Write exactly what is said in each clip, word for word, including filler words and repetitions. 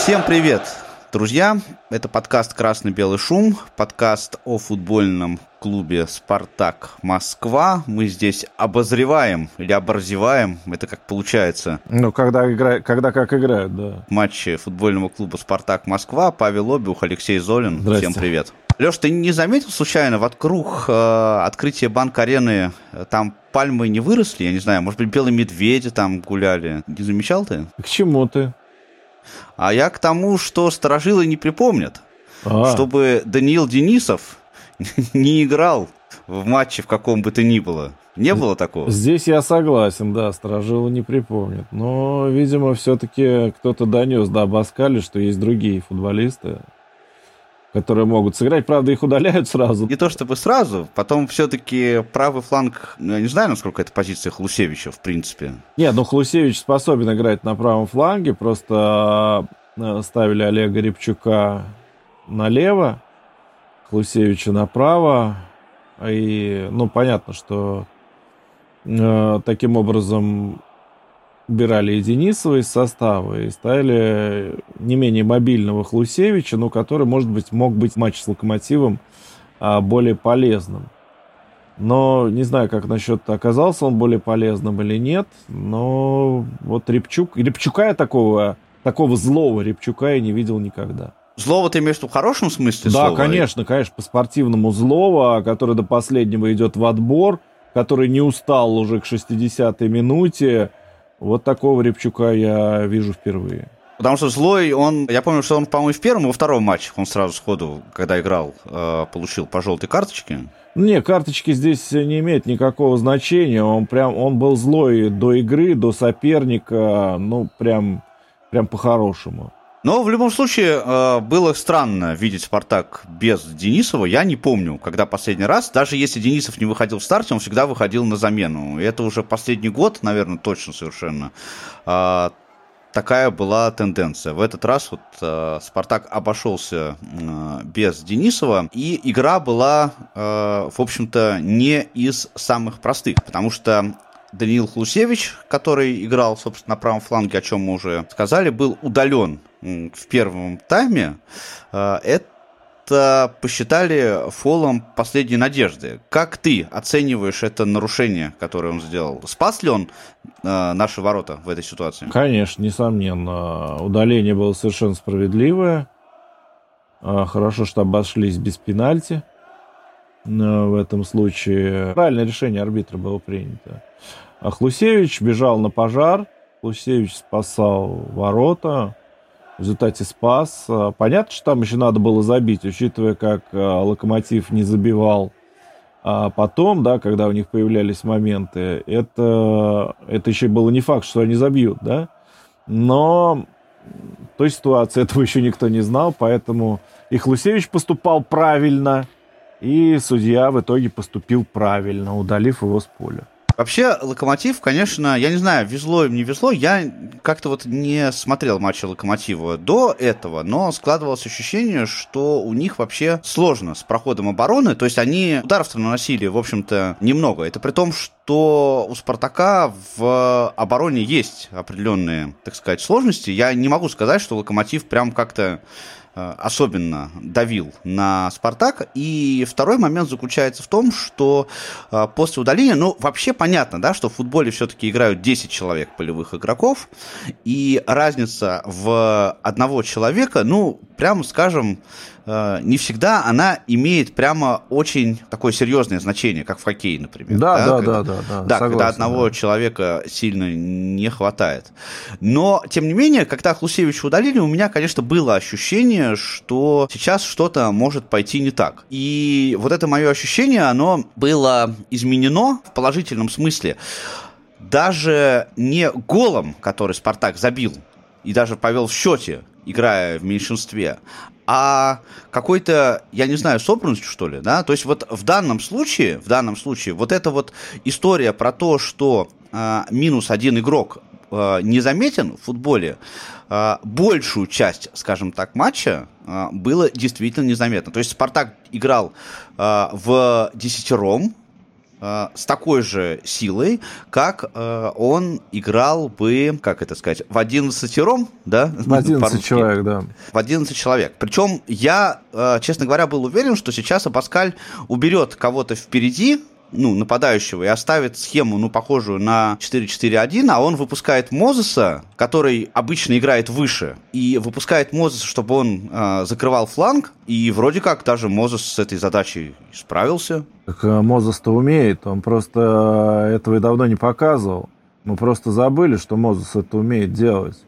Всем привет, друзья! Это подкаст «Красно-белый шум», подкаст о футбольном клубе «Спартак Москва». Мы здесь обозреваем или оборзеваем, это как получается. Ну, когда, игра... когда как играют, да. Матчи футбольного клуба «Спартак Москва». Павел Обиух, Алексей Золин. Здрасте. Всем привет. Леш, ты не заметил случайно, вокруг э, открытия Банк-арены э, там пальмы не выросли? Я не знаю, может быть, белые медведи там гуляли? Не замечал ты? К чему ты? А я к тому, что старожилы не припомнят, а. чтобы Даниил Денисов не играл в матче в каком бы то ни было. Не было такого? Здесь я согласен, да, старожилы не припомнят. Но, видимо, все-таки кто-то донес до Абаскали, что есть другие футболисты, которые могут сыграть. Правда, их удаляют сразу. Не то чтобы сразу, потом все-таки правый фланг, я не знаю, насколько это позиция Хлусевича, в принципе. Нет, ну Хлусевич способен играть на правом фланге, просто ставили Олега Рябчука налево, Хлусевича направо, и, ну, понятно, что э, таким образом убирали и Денисова из состава, и ставили не менее мобильного Хлусевича, но который, может быть, мог быть в матче с Локомотивом а, более полезным. Но не знаю, как насчет, оказался он более полезным или нет, но вот Рябчук, Рябчука я такого, такого злого Рябчука я не видел никогда. Злого ты имеешь в виду в хорошем смысле да, слова? Да, конечно, конечно, по-спортивному злого, который до последнего идет в отбор, который не устал уже к шестидесятой минуте. Вот такого Рябчука я вижу впервые. Потому что злой, он, я помню, что он, по-моему, в первом и во втором матче, он сразу сходу, когда играл, получил по желтой карточке. Не, карточки здесь не имеют никакого значения. Он прям, он был злой до игры, до соперника, ну, прям, прям по-хорошему. Но в любом случае было странно видеть «Спартак» без Денисова. Я не помню, когда последний раз. Даже если Денисов не выходил в старте, он всегда выходил на замену. И это уже последний год, наверное, точно совершенно. Такая была тенденция. В этот раз вот «Спартак» обошелся без Денисова. И игра была, в общем-то, не из самых простых. Потому что Даниил Хлусевич, который играл, собственно, на правом фланге, о чем мы уже сказали, был удален в первом тайме. Это посчитали фолом последней надежды. Как ты оцениваешь это нарушение, которое он сделал? Спас ли он наши ворота в этой ситуации? Конечно, несомненно. Удаление было совершенно справедливое. Хорошо, что обошлись без пенальти. В этом случае правильное решение арбитра было принято. А Хлусевич бежал на пожар. Хлусевич спасал ворота. В результате спас. Понятно, что там еще надо было забить, учитывая, как Локомотив не забивал. А потом, да, когда у них появлялись моменты, это, это еще было не факт, что они забьют, да. Но в той ситуации этого еще никто не знал, поэтому и Хлусевич поступал правильно, и судья в итоге поступил правильно, удалив его с поля. Вообще, Локомотив, конечно, я не знаю, везло им, не везло, я как-то вот не смотрел матчи Локомотива до этого, но складывалось ощущение, что у них вообще сложно с проходом обороны, то есть они ударов-то наносили, в общем-то, немного. Это при том, что у Спартака в обороне есть определенные, так сказать, сложности. Я не могу сказать, что Локомотив прям как-то особенно давил на «Спартак». И второй момент заключается в том, что э, после удаления, ну, вообще понятно, да, что в футболе все-таки играют десять человек полевых игроков, и разница в одного человека, ну, прямо скажем, э, не всегда она имеет прямо очень такое серьезное значение, как в хоккее, например. Да, да, когда, да, да, да. Да, согласен, когда одного да. человека сильно не хватает. Но, тем не менее, когда Хлусевича удалили, у меня, конечно, было ощущение, что сейчас что-то может пойти не так. И вот это мое ощущение, оно было изменено в положительном смысле. Даже не голом, который «Спартак» забил и даже повел в счете, играя в меньшинстве, а какой-то, я не знаю, собранностью, что ли, да? То есть вот в данном случае, в данном случае, вот эта вот история про то, что э, минус один игрок э, незаметен в футболе, э, большую часть, скажем так, матча э, было действительно незаметно. То есть «Спартак» играл э, в десятером, э, с такой же силой, как э, он играл бы, как это сказать, в одиннадцатером, да? В одиннадцать человек, да. В одиннадцать человек. Причем я, э, честно говоря, был уверен, что сейчас Абаскаль уберет кого-то впереди, ну, нападающего, и оставит схему, ну, похожую на четыре четыре один, а он выпускает Мозеса, который обычно играет выше, и выпускает Мозеса, чтобы он э, закрывал фланг, и вроде как даже Мозес с этой задачей справился. Так Мозес-то умеет, он просто этого и давно не показывал. Мы просто забыли, что Мозес это умеет делать.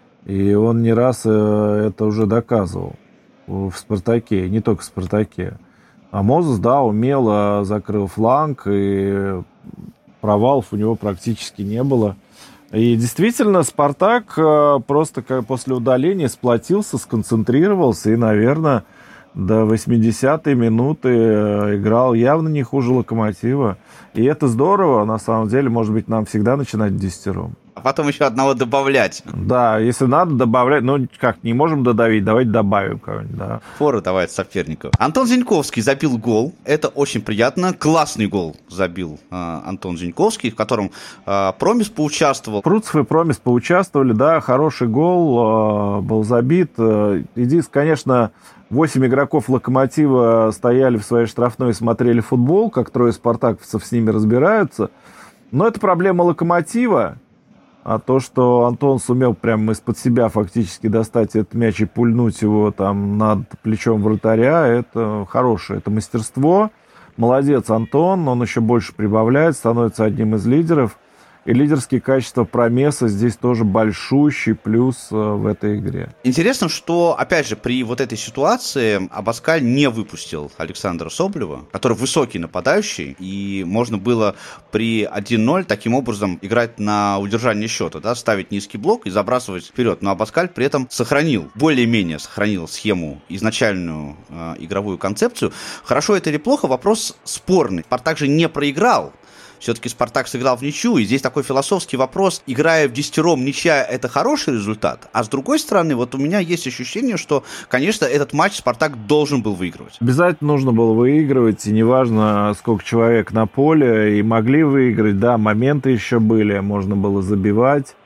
И он не раз это уже доказывал в «Спартаке», не только в «Спартаке». А Мозес, да, умело закрыл фланг, и провалов у него практически не было. И действительно, «Спартак» просто после удаления сплотился, сконцентрировался и, наверное, до восьмидесятой минуты играл явно не хуже «Локомотива». И это здорово, на самом деле, может быть, нам всегда начинать десятером. А потом еще одного добавлять. Да, если надо добавлять, ну как, не можем додавить, давайте добавим кого-нибудь, да. Фору давать сопернику. Антон Зиньковский забил гол, это очень приятно, классный гол забил э, Антон Зиньковский, в котором э, Промис поучаствовал. Пруцев и Промис поучаствовали, да, хороший гол э, был забит. Единственное, конечно, восемь игроков «Локомотива» стояли в своей штрафной и смотрели футбол, как трое спартаковцев с ними разбираются. Но это проблема «Локомотива». А то, что Антон сумел прямо из-под себя фактически достать этот мяч и пульнуть его там над плечом вратаря, это хорошее, это мастерство. Молодец Антон, он еще больше прибавляет, становится одним из лидеров. И лидерские качества Промеса здесь тоже большущий плюс в этой игре. Интересно, что, опять же, при вот этой ситуации Абаскаль не выпустил Александра Соболева, который высокий нападающий, и можно было при один ноль таким образом играть на удержание счета, да, ставить низкий блок и забрасывать вперед. Но Абаскаль при этом сохранил, более-менее сохранил схему, изначальную э, игровую концепцию. Хорошо это или плохо, вопрос спорный. Спартак же не проиграл. Все-таки «Спартак» сыграл в ничью, и здесь такой философский вопрос. Играя в десятером, ничья – это хороший результат. А с другой стороны, вот у меня есть ощущение, что, конечно, этот матч «Спартак» должен был выигрывать. Обязательно нужно было выигрывать, и неважно, сколько человек на поле, и могли выиграть, да, моменты еще были, можно было забивать.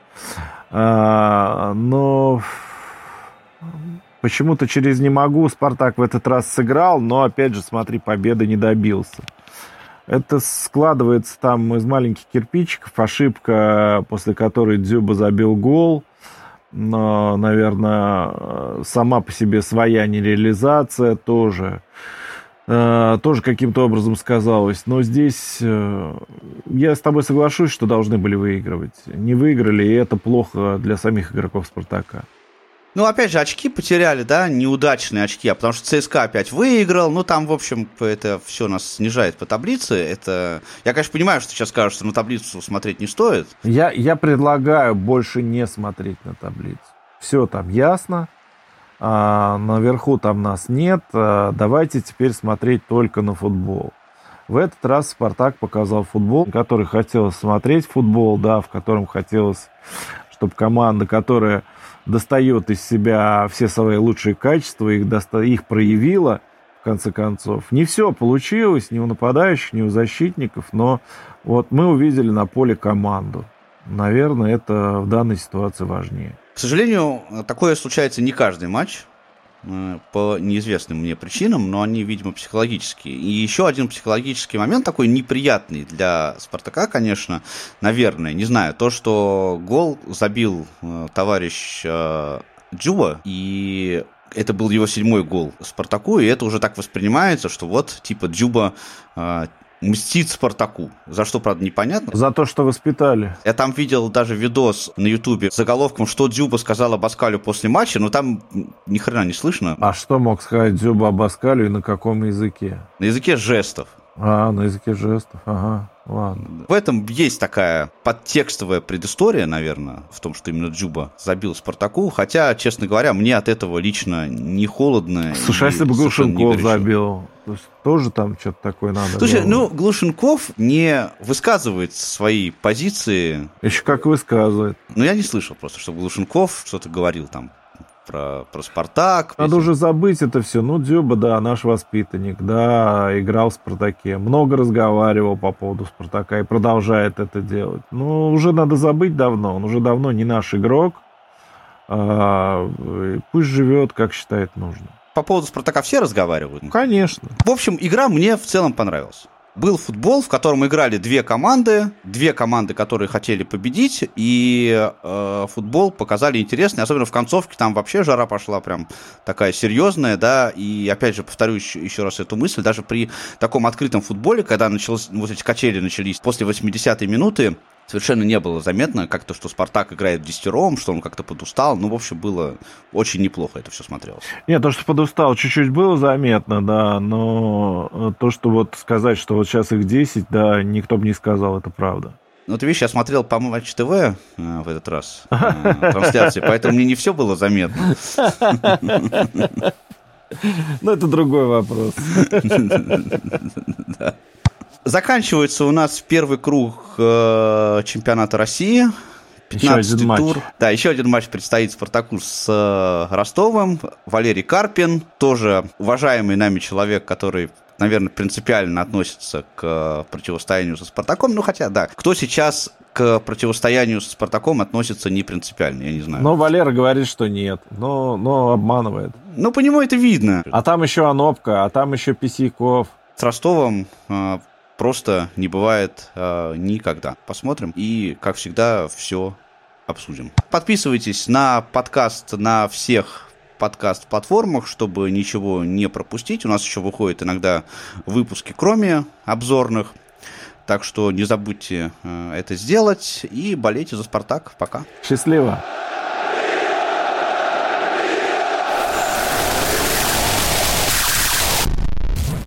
А, но почему-то через «не могу» «Спартак» в этот раз сыграл, но, опять же, смотри, победы не добился. Это складывается там из маленьких кирпичиков. Ошибка, после которой Дзюба забил гол. Но, наверное, сама по себе своя нереализация тоже, э, тоже каким-то образом сказалась. Но здесь э, я с тобой соглашусь, что должны были выигрывать. Не выиграли, и это плохо для самих игроков «Спартака». Ну, опять же, очки потеряли, да, неудачные очки, а потому что ЦСКА опять выиграл, ну, там, в общем, это все нас снижает по таблице, это... Я, конечно, понимаю, что сейчас скажут, что на таблицу смотреть не стоит. Я, я предлагаю больше не смотреть на таблицу. Все там ясно, а, наверху там нас нет, а, давайте теперь смотреть только на футбол. В этот раз «Спартак» показал футбол, в который хотелось смотреть футбол, да, в котором хотелось, чтобы команда, которая достает из себя все свои лучшие качества, их, доста... их проявила, в конце концов. Не все получилось, ни у нападающих, ни у защитников, но вот мы увидели на поле команду. Наверное, это в данной ситуации важнее. К сожалению, такое случается не каждый матч, по неизвестным мне причинам, но они, видимо, психологические. И еще один психологический момент, такой неприятный для «Спартака», конечно, наверное, не знаю, то, что гол забил э, товарищ э, Дзюба, и это был его седьмой гол «Спартаку», и это уже так воспринимается, что вот, типа, Дзюба э, мстит «Спартаку». За что, правда, непонятно. За то, что воспитали. Я там видел даже видос на Ютубе с заголовком, что Дзюба сказал Абаскалю после матча, но там ни хрена не слышно. А что мог сказать Дзюба Абаскалю и на каком языке? На языке жестов. А, на языке жестов, ага, ладно. В этом есть такая подтекстовая предыстория, наверное, в том, что именно Дзюба забил «Спартаку», хотя, честно говоря, мне от этого лично не холодно. Слушай, а если бы Глушенков забил, то есть тоже там что-то такое надо? Слушай, ну, Глушенков не высказывает свои позиции. Еще как высказывает. Ну, я не слышал просто, чтобы Глушенков что-то говорил там про, про «Спартак». Надо уже забыть это все. Ну, Дзюба, да, наш воспитанник, да, играл в «Спартаке», много разговаривал по поводу «Спартака» и продолжает это делать. Ну, уже надо забыть давно, он уже давно не наш игрок. А, пусть живет, как считает нужным. По поводу «Спартака» все разговаривают? Конечно. В общем, игра мне в целом понравилась. Был футбол, в котором играли две команды, две команды, которые хотели победить, и э, футбол показали интересный, особенно в концовке, там вообще жара пошла прям такая серьезная, да, и опять же повторю еще, еще раз эту мысль, даже при таком открытом футболе, когда началось, вот эти качели начались после восьмидесятой минуты, совершенно не было заметно как-то, что «Спартак» играет в десятером, что он как-то подустал. Ну, в общем, было очень неплохо это все смотрелось. Нет, то, что подустал, чуть-чуть было заметно, да, но то, что вот сказать, что вот сейчас их десять, да, никто бы не сказал, это правда. Ну, ты видишь, я смотрел по Матч ТВ э, в этот раз э, трансляции, поэтому мне не все было заметно. Ну, это другой вопрос. Да. Заканчивается у нас первый круг э, чемпионата России. пятнадцатый тур. Да, еще один матч предстоит «Спартаку» с э, Ростовом. Валерий Карпин, тоже уважаемый нами человек, который, наверное, принципиально относится к противостоянию со «Спартаком». Ну, хотя, да, кто сейчас к противостоянию со «Спартаком» относится не принципиально, я не знаю. Но Валера говорит, что нет, но, но обманывает. Ну, по нему это видно. А там еще Анопка, а там еще Писяков. С Ростовом э, просто не бывает э, никогда. Посмотрим и, как всегда, все обсудим. Подписывайтесь на подкаст на всех подкаст-платформах, чтобы ничего не пропустить. У нас еще выходят иногда выпуски, кроме обзорных. Так что не забудьте э, это сделать и болейте за «Спартак». Пока. Счастливо.